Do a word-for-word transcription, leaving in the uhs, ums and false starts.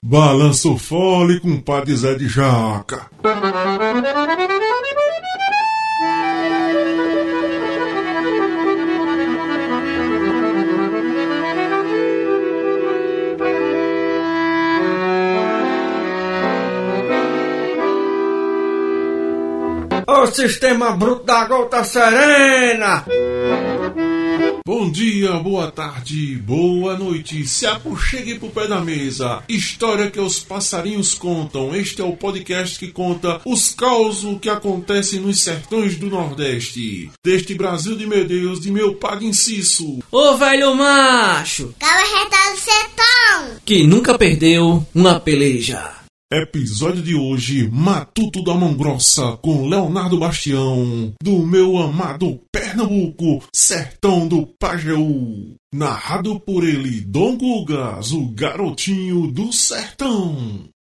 Balança o fole com o padre Zé de Jaca. O sistema bruto da gota serena. Bom dia, boa tarde, boa noite. Se aproxegue pro pé da mesa. História que os passarinhos contam. Este é o podcast que conta os causos que acontecem nos sertões do Nordeste. Deste Brasil de meu Deus, de meu padre Inciso. Ô velho macho, Cala retado sertão, que nunca perdeu uma peleja. Episódio de hoje, Matuto da Mão Grossa, com Leonardo Bastião, do meu amado Pernambuco, sertão do Pajeú. Narrado por ele, Dom Gugas, o garotinho do sertão.